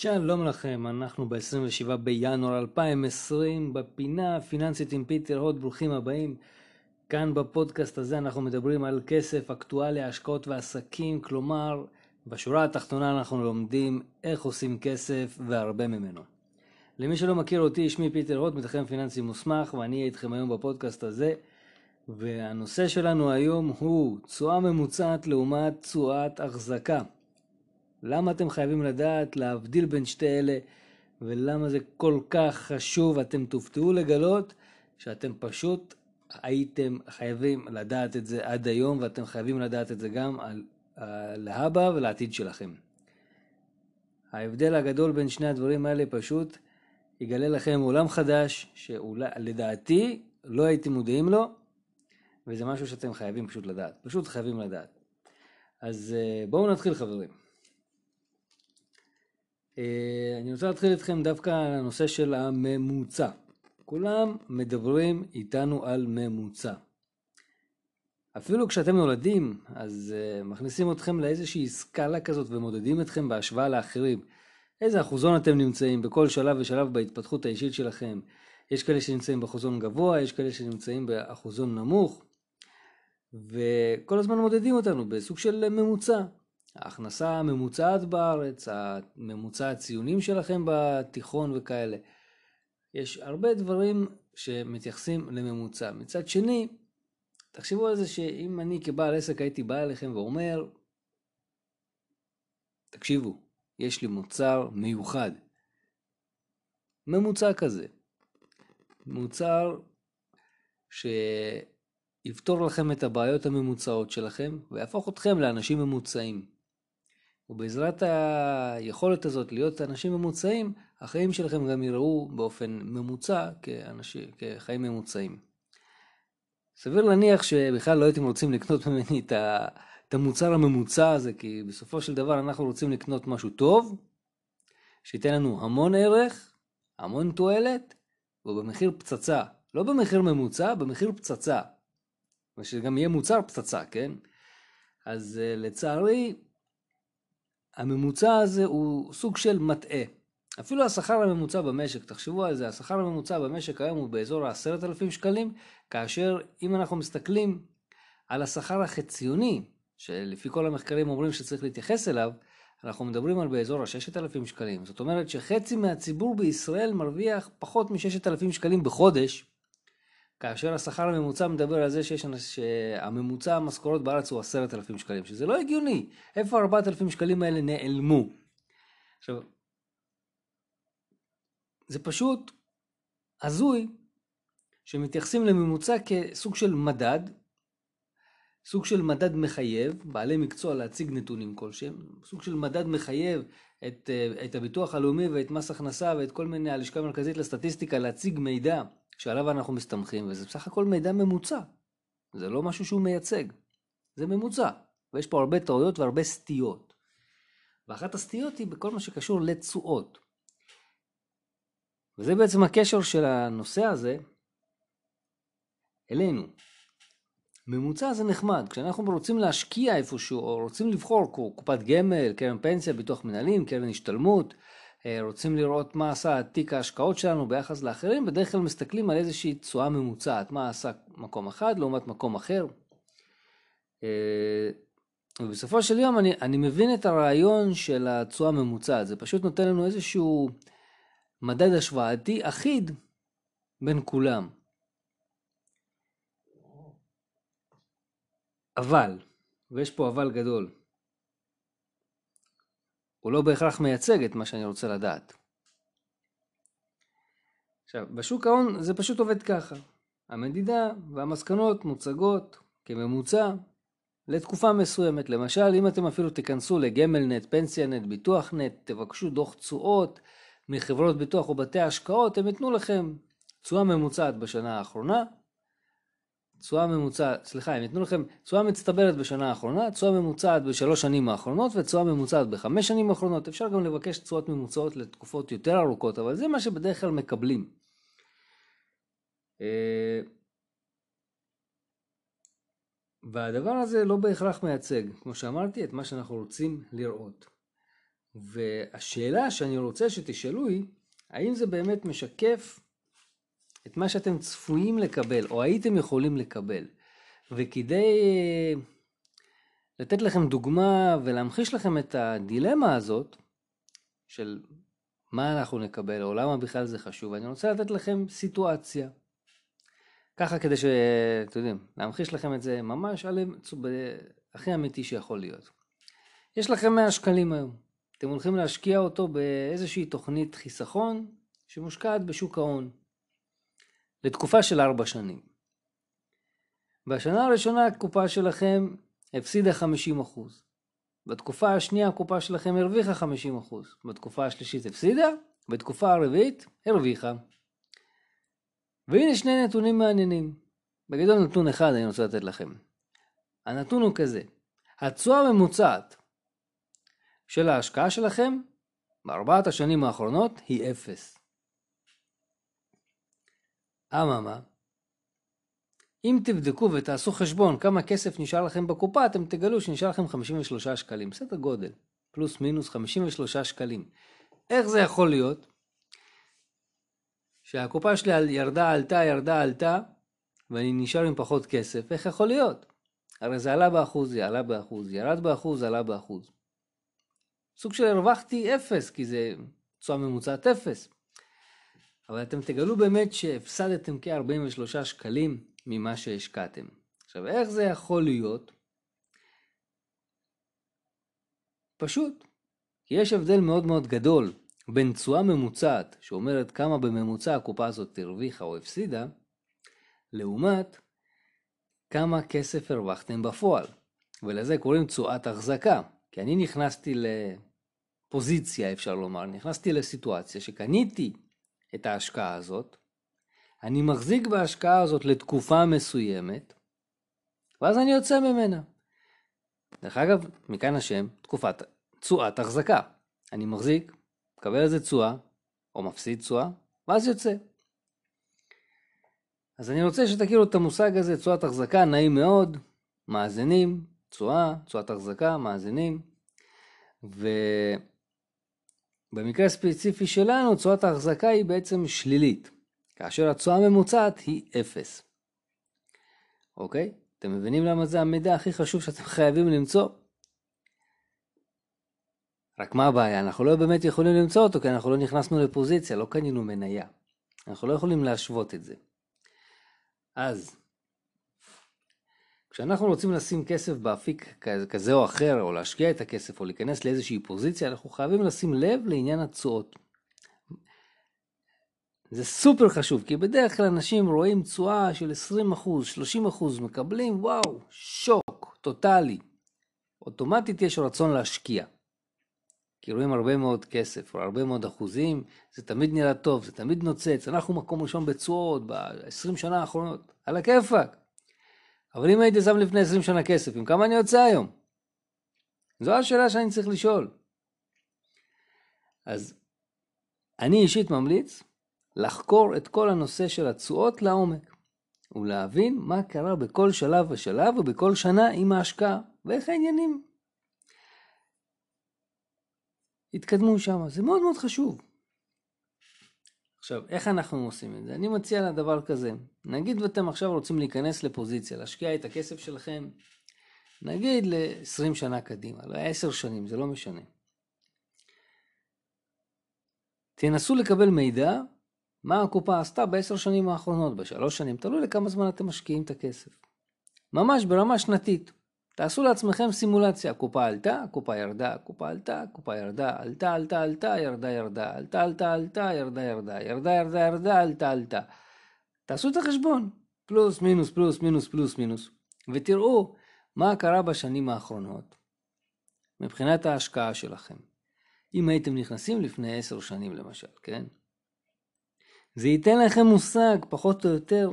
שלום לכם, אנחנו ב-27 בינואר 2020 בפינה הפיננסית עם פיטר הוד, ברוכים הבאים. כאן בפודקאסט הזה אנחנו מדברים על כסף, אקטואליה, השקעות ועסקים, כלומר בשורה התחתונה אנחנו לומדים איך עושים כסף והרבה ממנו. למי שלא מכיר אותי, שמי פיטר הוד, מתכנן פיננסי מוסמך, ואני אהיה איתכם היום בפודקאסט הזה. והנושא שלנו היום הוא תשואה ממוצעת לעומת תשואת החזקה. למה אתם חייבים לדעת להבדיל בין שתי אלה, ולמה זה כל כך חשוב? אתם תופתעו לגלות שאתם פשוט הייתם חייבים לדעת את זה עד היום, ואתם חייבים לדעת את זה גם להבא ולעתיד שלכם. ההבדל הגדול בין שני הדברים האלה פשוט יגלה לכם עולם חדש, שלדעתי לא הייתם מודעים לו, וזה משהו שאתם חייבים פשוט לדעת. פשוט חייבים לדעת. אז בואו נתחיל, חברים. אני רוצה להתחיל איתכם דווקא על הנושא של הממוצע. כולם מדברים איתנו על ממוצע. אפילו כשאתם נולדים, אז מכניסים אתכם לאיזושהי סקאלה כזאת ומודדים אתכם בהשוואה לאחרים. איזה אחוזון אתם נמצאים בכל שלב ושלב בהתפתחות האישית שלכם. יש כאלה שנמצאים באחוזון גבוה, יש כאלה שנמצאים באחוזון נמוך, וכל הזמן מודדים אותנו בסוג של ממוצע. ההכנסה הממוצעת בארץ, הממוצע הציונים שלכם בתיכון וכאלה. יש הרבה דברים שמתייחסים לממוצע. מצד שני, תחשבו על זה שאם אני כבעל עסק הייתי בא אליכם ואומר, תקשיבו, יש לי מוצר מיוחד. ממוצע כזה. מוצר שיפתור לכם את הבעיות הממוצעות שלכם ויהפוך אתכם לאנשים ממוצעים. ובעזרת היכולת הזאת להיות אנשים ממוצעים, החיים שלכם גם יראו באופן ממוצע כחיים ממוצעים. סביר להניח שבכלל לא הייתם רוצים לקנות ממני את המוצר הממוצע הזה, כי בסופו של דבר אנחנו רוצים לקנות משהו טוב, שייתן לנו המון ערך, המון תועלת, ובמחיר פצצה. לא במחיר ממוצע, במחיר פצצה. ושגם יהיה מוצר פצצה, כן? אז לצערי, הממוצע הזה הוא סוג של מטעה. אפילו השכר הממוצע במשק, תחשבו על זה, השכר הממוצע במשק היום הוא באזור 10,000 שקלים, כאשר אם אנחנו מסתכלים על השכר החציוני, שלפי כל המחקרים אומרים שצריך להתייחס אליו, אנחנו מדברים על באזור 6,000 שקלים. זאת אומרת שחצי מהציבור בישראל מרוויח פחות מ6,000 שקלים בחודש, כאשר השכר הממוצע מדבר על זה שהממוצע המשכורות בארץ הוא 10,000 שקלים, שזה לא הגיוני. איפה 4,000 שקלים האלה נעלמו? עכשיו, זה פשוט הזוי שמתייחסים לממוצע כסוג של מדד, סוג של מדד מחייב, בעלי מקצוע להציג נתונים כלשהם, סוג של מדד מחייב את הביטוח הלאומי ואת מס הכנסה ואת כל מיני הלשכה המרכזית לסטטיסטיקה להציג מידע שעליו אנחנו מסתמכים, וזה בסך הכל מידע ממוצע. זה לא משהו שהוא מייצג. זה ממוצע. ויש פה הרבה טעויות והרבה סטיות. ואחת הסטיות היא בכל מה שקשור לתשואות. וזה בעצם הקשר של הנושא הזה אלינו. ממוצע זה נחמד. כשאנחנו רוצים להשקיע איפשהו, או רוצים לבחור קופת גמל, קרן פנסיה, ביטוח מנהלים, קרן השתלמות, רוצים לראות מה עשה תיק ההשקעות שלנו ביחס לאחרים, בדרך כלל מסתכלים על איזושהי תשואה ממוצעת, מה עשה מקום אחד לעומת מקום אחר. ובסופו של יום אני מבין את הרעיון של התשואה הממוצעת, זה פשוט נותן לנו איזשהו מדד השוואתי אחיד בין כולם. אבל, ויש פה אבל גדול, הוא לא בהכרח מייצג את מה שאני רוצה לדעת. עכשיו, בשוק ההון זה פשוט עובד ככה. המדידה והמסקנות מוצגות כממוצע לתקופה מסוימת. למשל, אם אתם אפילו תיכנסו לגמל-נט, פנסיה-נט, ביטוח-נט, תבקשו דוח תשואות מחברות ביטוח או בתי השקעות, הם ייתנו לכם תשואה ממוצעת בשנה האחרונה, הם ייתנו לכם תשואה מצטברת בשנה האחרונה, תשואה ממוצעת ב3 שנים האחרונות ותשואה ממוצעת ב5 שנים האחרונות. אפשר גם לבקש תשואות ממוצעות לתקופות יותר ארוכות, אבל זה מה שבדרך כלל מקבלים. והדבר הזה לא בהכרח מייצג, כמו שאמרתי, את מה שאנחנו רוצים לראות. והשאלה שאני רוצה שתשאלו היא, האם זה באמת משקף את מה שאתם צפויים לקבל, או הייתם יכולים לקבל? וכדי לתת לכם דוגמה ולהמחיש לכם את הדילמה הזאת, של מה אנחנו נקבל, או למה בכלל זה חשוב, אני רוצה לתת לכם סיטואציה. ככה כדי שאתם יודעים, להמחיש לכם את זה ממש הכי אמיתי שיכול להיות. יש לכם 100 שקלים היום. אתם הולכים להשקיע אותו באיזושהי תוכנית חיסכון שמושקעת בשוק ההון. לתקופה של 4 שנים. בשנה הראשונה הקופה שלכם הפסידה 50%. בתקופה השנייה הקופה שלכם הרוויחה 50%. בתקופה השלישית הפסידה, בתקופה הרביעית הרוויחה. והנה שני נתונים מעניינים. בגדול נתון אחד אני רוצה לתת לכם. הנתון הוא כזה. התשואה הממוצעת של ההשקעה שלכם בארבעת השנים האחרונות היא 0. אממה, אם תבדקו ותעשו חשבון כמה כסף נשאר לכם בקופה, אתם תגלו שנשאר לכם 53 שקלים. בסדר גודל. פלוס מינוס 53 שקלים. איך זה יכול להיות? שהקופה שלי ירדה, ואני נשאר עם פחות כסף. איך יכול להיות? הרי זה עלה באחוז, עלה באחוז, ירד באחוז, עלה באחוז. סוג של הרווחתי 0, כי זה תשואה ממוצעת 0. אבל אתם תגלו באמת שהפסדתם כ-43 שקלים ממה שהשקעתם. עכשיו, איך זה יכול להיות? פשוט. כי יש הבדל מאוד מאוד גדול בין תשואה ממוצעת, שאומרת כמה בממוצע הקופה הזאת תרוויחה או הפסידה, לעומת כמה כסף הרווחתם בפועל. ולזה קוראים תשואת החזקה. כי אני נכנסתי לפוזיציה, אפשר לומר, נכנסתי לסיטואציה שקניתי את ההשקעה הזאת, אני מחזיק בהשקעה הזאת לתקופה מסוימת, ואז אני יוצא ממנה. דרך אגב, מכאן השם, תשואת החזקה. אני מחזיק, מקבל איזה תשואה, או מפסיד תשואה, ואז יוצא. אז אני רוצה שתכירו את המושג הזה, תשואת החזקה, נעים מאוד, מאזינים, תשואת החזקה, מאזינים, ובמקרה הספציפי שלנו, תשואת ההחזקה היא בעצם שלילית, כאשר התשואה הממוצעת היא 0. אוקיי? אתם מבינים למה זה המידע הכי חשוב שאתם חייבים למצוא? רק מה הבעיה? אנחנו לא באמת יכולים למצוא אותו, כי אנחנו לא נכנסנו לפוזיציה, לא קנינו מניה. אנחנו לא יכולים להשוות את זה. אז, כשאנחנו רוצים לשים כסף באפיק כזה או אחר, או להשקיע את הכסף, או להיכנס לאיזושהי פוזיציה, אנחנו חייבים לשים לב לעניין התשואות. זה סופר חשוב, כי בדרך כלל אנשים רואים תשואה של 20%, 30%, מקבלים, וואו, שוק, טוטלי. אוטומטית יש רצון להשקיע. כי רואים הרבה מאוד כסף, או הרבה מאוד אחוזים, זה תמיד נראה טוב, זה תמיד נוצץ, אנחנו מקום ראשון בתשואות, ב-20 שנה האחרונות, על הכיפק. אבל אם הייתי שם לפני 20 שנה כסף, עם כמה אני יוצא היום? זו השאלה שאני צריך לשאול. אז אני אישית ממליץ לחקור את כל הנושא של התשואות לעומק, ולהבין מה קרה בכל שלב ושלב ובכל שנה עם ההשקעה, ואיך העניינים התקדמו שם. זה מאוד מאוד חשוב. עכשיו, איך אנחנו עושים את זה? אני מציע לדבר כזה. נגיד ואתם עכשיו רוצים להיכנס לפוזיציה, להשקיע את הכסף שלכם, נגיד ל-20 שנה קדימה, לא 10 שנים, זה לא משנה. תנסו לקבל מידע, מה הקופה עשתה ב10 שנים האחרונות, ב3 שנים, תלוי לכמה זמן אתם משקיעים את הכסף. ממש ברמה שנתית. תעשו לעצמכם סימולציה, הקופה עלתה, הקופה ירדה, הקופה עלתה, הקופה ירדה, עלתה, ירדה, עלתה, ירדה, עלתה. תעשו את החשבון, פלוס, מינוס, ותראו מה קרה בשנים האחרונות, מבחינת ההשקעה שלכם. אם הייתם נכנסים לפני 10 שנים למשל, כן? זה ייתן לכם מושג, פחות או יותר,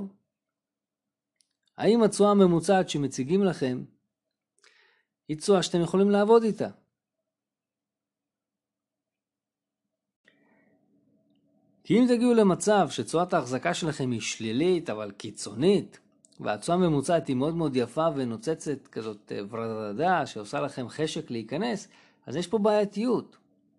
האם התשואה הממוצעת שמציגים לכם, היא תשואה שאתם יכולים לעבוד איתה. כי אם תגיעו למצב שתשואת ההחזקה שלכם היא שלילית, אבל קיצונית, והתשואה הממוצעת היא מאוד מאוד יפה ונוצצת כזאת ורדדה, שעושה לכם חשק להיכנס, אז יש פה בעייתיות.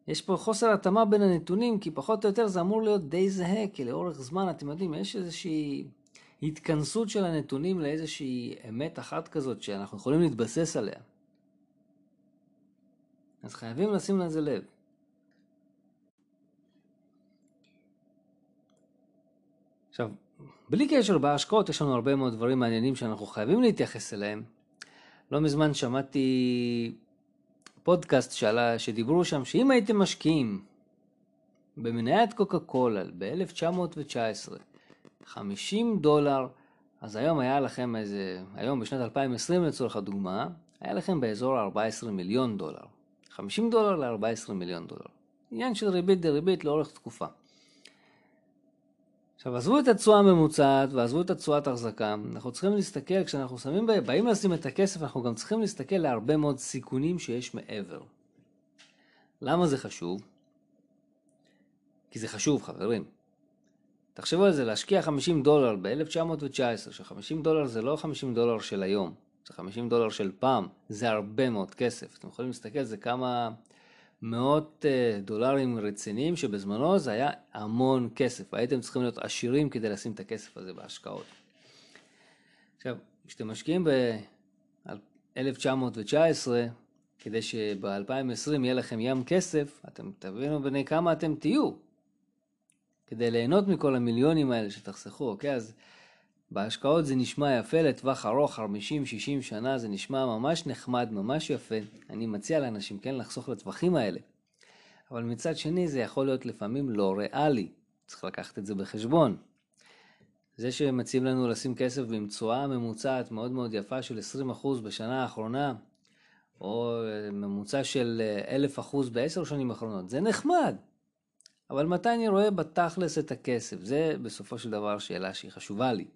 יש פה חוסר התאמה בין הנתונים, כי פחות או יותר זה אמור להיות די זהה, כי לאורך זמן, אתם יודעים, יש איזושהי התכנסות של הנתונים לאיזושהי אמת אחת כזאת שאנחנו יכולים להתבסס עליה. אז חייבים לשים לזה לב. עכשיו, בלי קשר בהשקעות, יש לנו הרבה מאוד דברים מעניינים שאנחנו חייבים להתייחס אליהם. לא מזמן שמעתי פודקאסט שדיברו שם, שאם הייתם משקיעים במניית קוקה קולה ב-1919, $50, אז היום היה לכם היום בשנת 2020 לצורך הדוגמה, היה לכם באזור $14 מיליון. $50 ל-$14 מיליון. עניין של ריבית דריבית לאורך תקופה. עכשיו, עזבו את התשואה הממוצעת ועזבו את התשואת החזקה. אנחנו צריכים להסתכל, כשאנחנו באים לשים את הכסף, אנחנו גם צריכים להסתכל להרבה מאוד סיכונים שיש מעבר. למה זה חשוב? כי זה חשוב, חברים. תחשבו על זה, להשקיע $50 ב-1919, ש$50 זה לא $50 של היום, זה $50 של פעם, זה הרבה מאוד כסף. אתם יכולים להסתכל, זה כמה מאות דולרים רציניים, שבזמנו זה היה המון כסף. הייתם צריכים להיות עשירים כדי לשים את הכסף הזה בהשקעות. עכשיו, כשאתם משקיעים ב-1919, כדי שב-2020 יהיה לכם ים כסף, אתם תבינו בני כמה אתם תהיו, כדי ליהנות מכל המיליונים האלה שתחסכו, אוקיי? אז בהשקעות זה נשמע יפה לטווח ארוך, 50-60 שנה, זה נשמע ממש נחמד, ממש יפה. אני מציע לאנשים, כן, לחסוך לטווחים האלה. אבל מצד שני, זה יכול להיות לפעמים לא ריאלי. צריך לקחת את זה בחשבון. זה שמציעים לנו לשים כסף עם תשואה ממוצעת מאוד מאוד יפה של 20% בשנה האחרונה, או ממוצע של 1000% ב10 שנים האחרונות, זה נחמד. אבל מתי אני רואה בתכלס את הכסף? זה בסופו של דבר שאלה שהיא חשובה לי.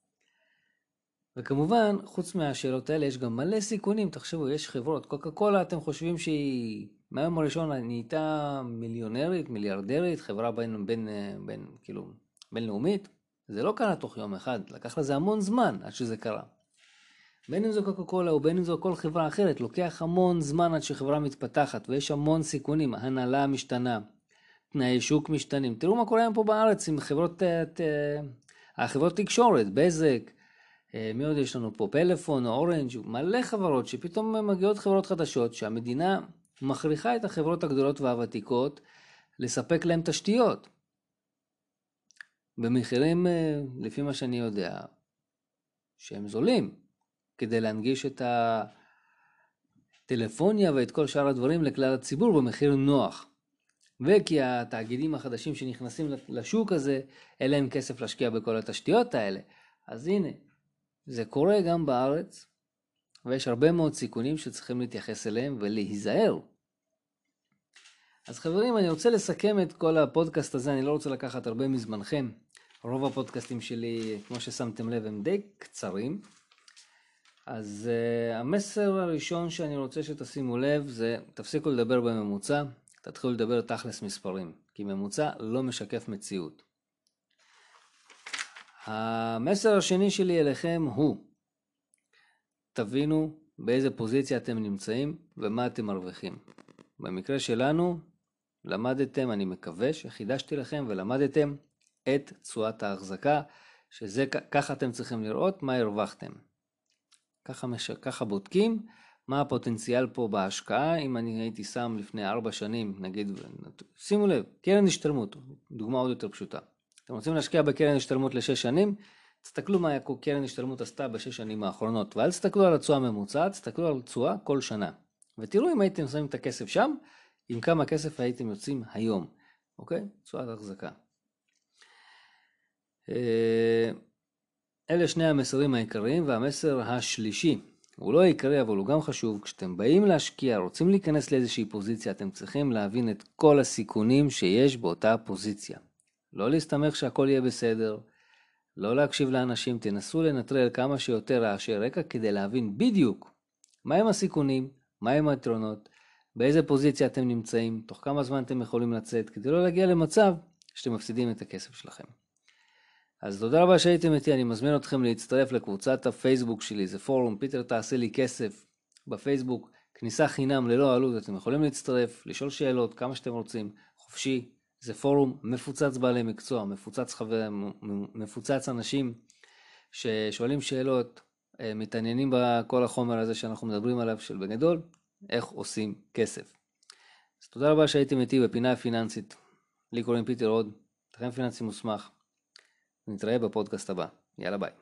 וכמובן, חוץ מהשאלות האלה, יש גם מלא סיכונים. תחשבו, יש חברות. קוקה קולה, אתם חושבים שהיא מהיום הראשון נהייתה מיליונרית, מיליארדרית, חברה בינלאומית? זה לא קרה תוך יום אחד. לקח לזה המון זמן עד שזה קרה. בין אם זו קוקה קולה או בין אם זו כל חברה אחרת, לוקח המון זמן עד שחברה מתפתחת, ויש המון סיכונים. הנהלה משתנה, תנאי שוק משתנים. תראו מה קורה היום פה בארץ עם החברות תקשורת, בזק, מי עוד יש לנו פה? פלאפון או אורנג', מלא חברות שפתאום מגיעות חברות חדשות שהמדינה מכריחה את החברות הגדולות והוותיקות לספק להם תשתיות. במחירים, לפי מה שאני יודע, שהם זולים, כדי להנגיש את הטלפוניה ואת כל שאר הדברים לכלל הציבור במחיר נוח. וכי התאגידים החדשים שנכנסים לשוק הזה, אין להם כסף להשקיע בכל התשתיות האלה. אז הנה, זה קורה גם בארץ, ויש הרבה מאוד סיכונים שצריכים להתייחס אליהם ולהיזהר. אז חברים, אני רוצה לסכם את כל הפודקאסט הזה, אני לא רוצה לקחת הרבה מזמנכם. רוב הפודקאסטים שלי, כמו ששמתם לב, הם די קצרים. אז המסר הראשון שאני רוצה שתשימו לב זה, תפסיקו לדבר בממוצע, תתחילו לדבר תכלס מספרים, כי ממוצע לא משקף מציאות. המסר השני שלי אליכם הוא, תבינו באיזה פוזיציה אתם נמצאים ומה אתם מרוויחים. במקרה שלנו, למדתם, אני מקווה שחידשתי לכם ולמדתם את תשואת ההחזקה, ככה אתם צריכים לראות מה הרווחתם. ככה בודקים מה הפוטנציאל פה בהשקעה. אם אני הייתי שם לפני 4 שנים, נגיד, שימו לב, קרן השתלמות, דוגמה עוד יותר פשוטה. אתם רוצים להשקיע בקרן השתלמות ל6 שנים, תסתכלו מה קרן השתלמות עשתה ב6 שנים האחרונות, ואל תסתכלו על התשואה הממוצעת, תסתכלו על תשואה כל שנה. ותראו אם הייתם שמים את הכסף שם, עם כמה כסף הייתם יוצאים היום. אוקיי? תשואת החזקה. אלה שני המסרים העיקריים, והמסר השלישי, הוא לא עיקרי אבל הוא גם חשוב. כשאתם באים להשקיע, רוצים להיכנס לאיזושהי פוזיציה, אתם צריכים להבין את כל הסיכונים שיש באותה פוזיציה. לא להסתמך שהכל יהיה בסדר, לא להקשיב לאנשים, תנסו לנטרל כמה שיותר רעשי רקע כדי להבין בדיוק מהם הסיכונים, מהם היתרונות, באיזה פוזיציה אתם נמצאים, תוך כמה זמן אתם יכולים לצאת, כדי לא להגיע למצב שאתם מפסידים את הכסף שלכם. אז תודה רבה שהייתם איתי, אני מזמין אתכם להצטרף לקבוצת הפייסבוק שלי, זה פורום פיטר תעשה לי כסף בפייסבוק, כניסה חינם ללא עלות, אתם יכולים להצטרף, לשאול שאלות, כמה שאתם רוצים, חופשי. זה פורום מפוצץ בעלי מקצוע, מפוצץ אנשים ששואלים שאלות, מתעניינים בכל החומר הזה שאנחנו מדברים עליו, של בגדול, איך עושים כסף. אז תודה רבה שהייתם איתי בפינה הפיננסית. לי קוראים פיטר הוד, מתכנן פיננסי מוסמך. נתראה בפודקאסט הבא. יאללה ביי.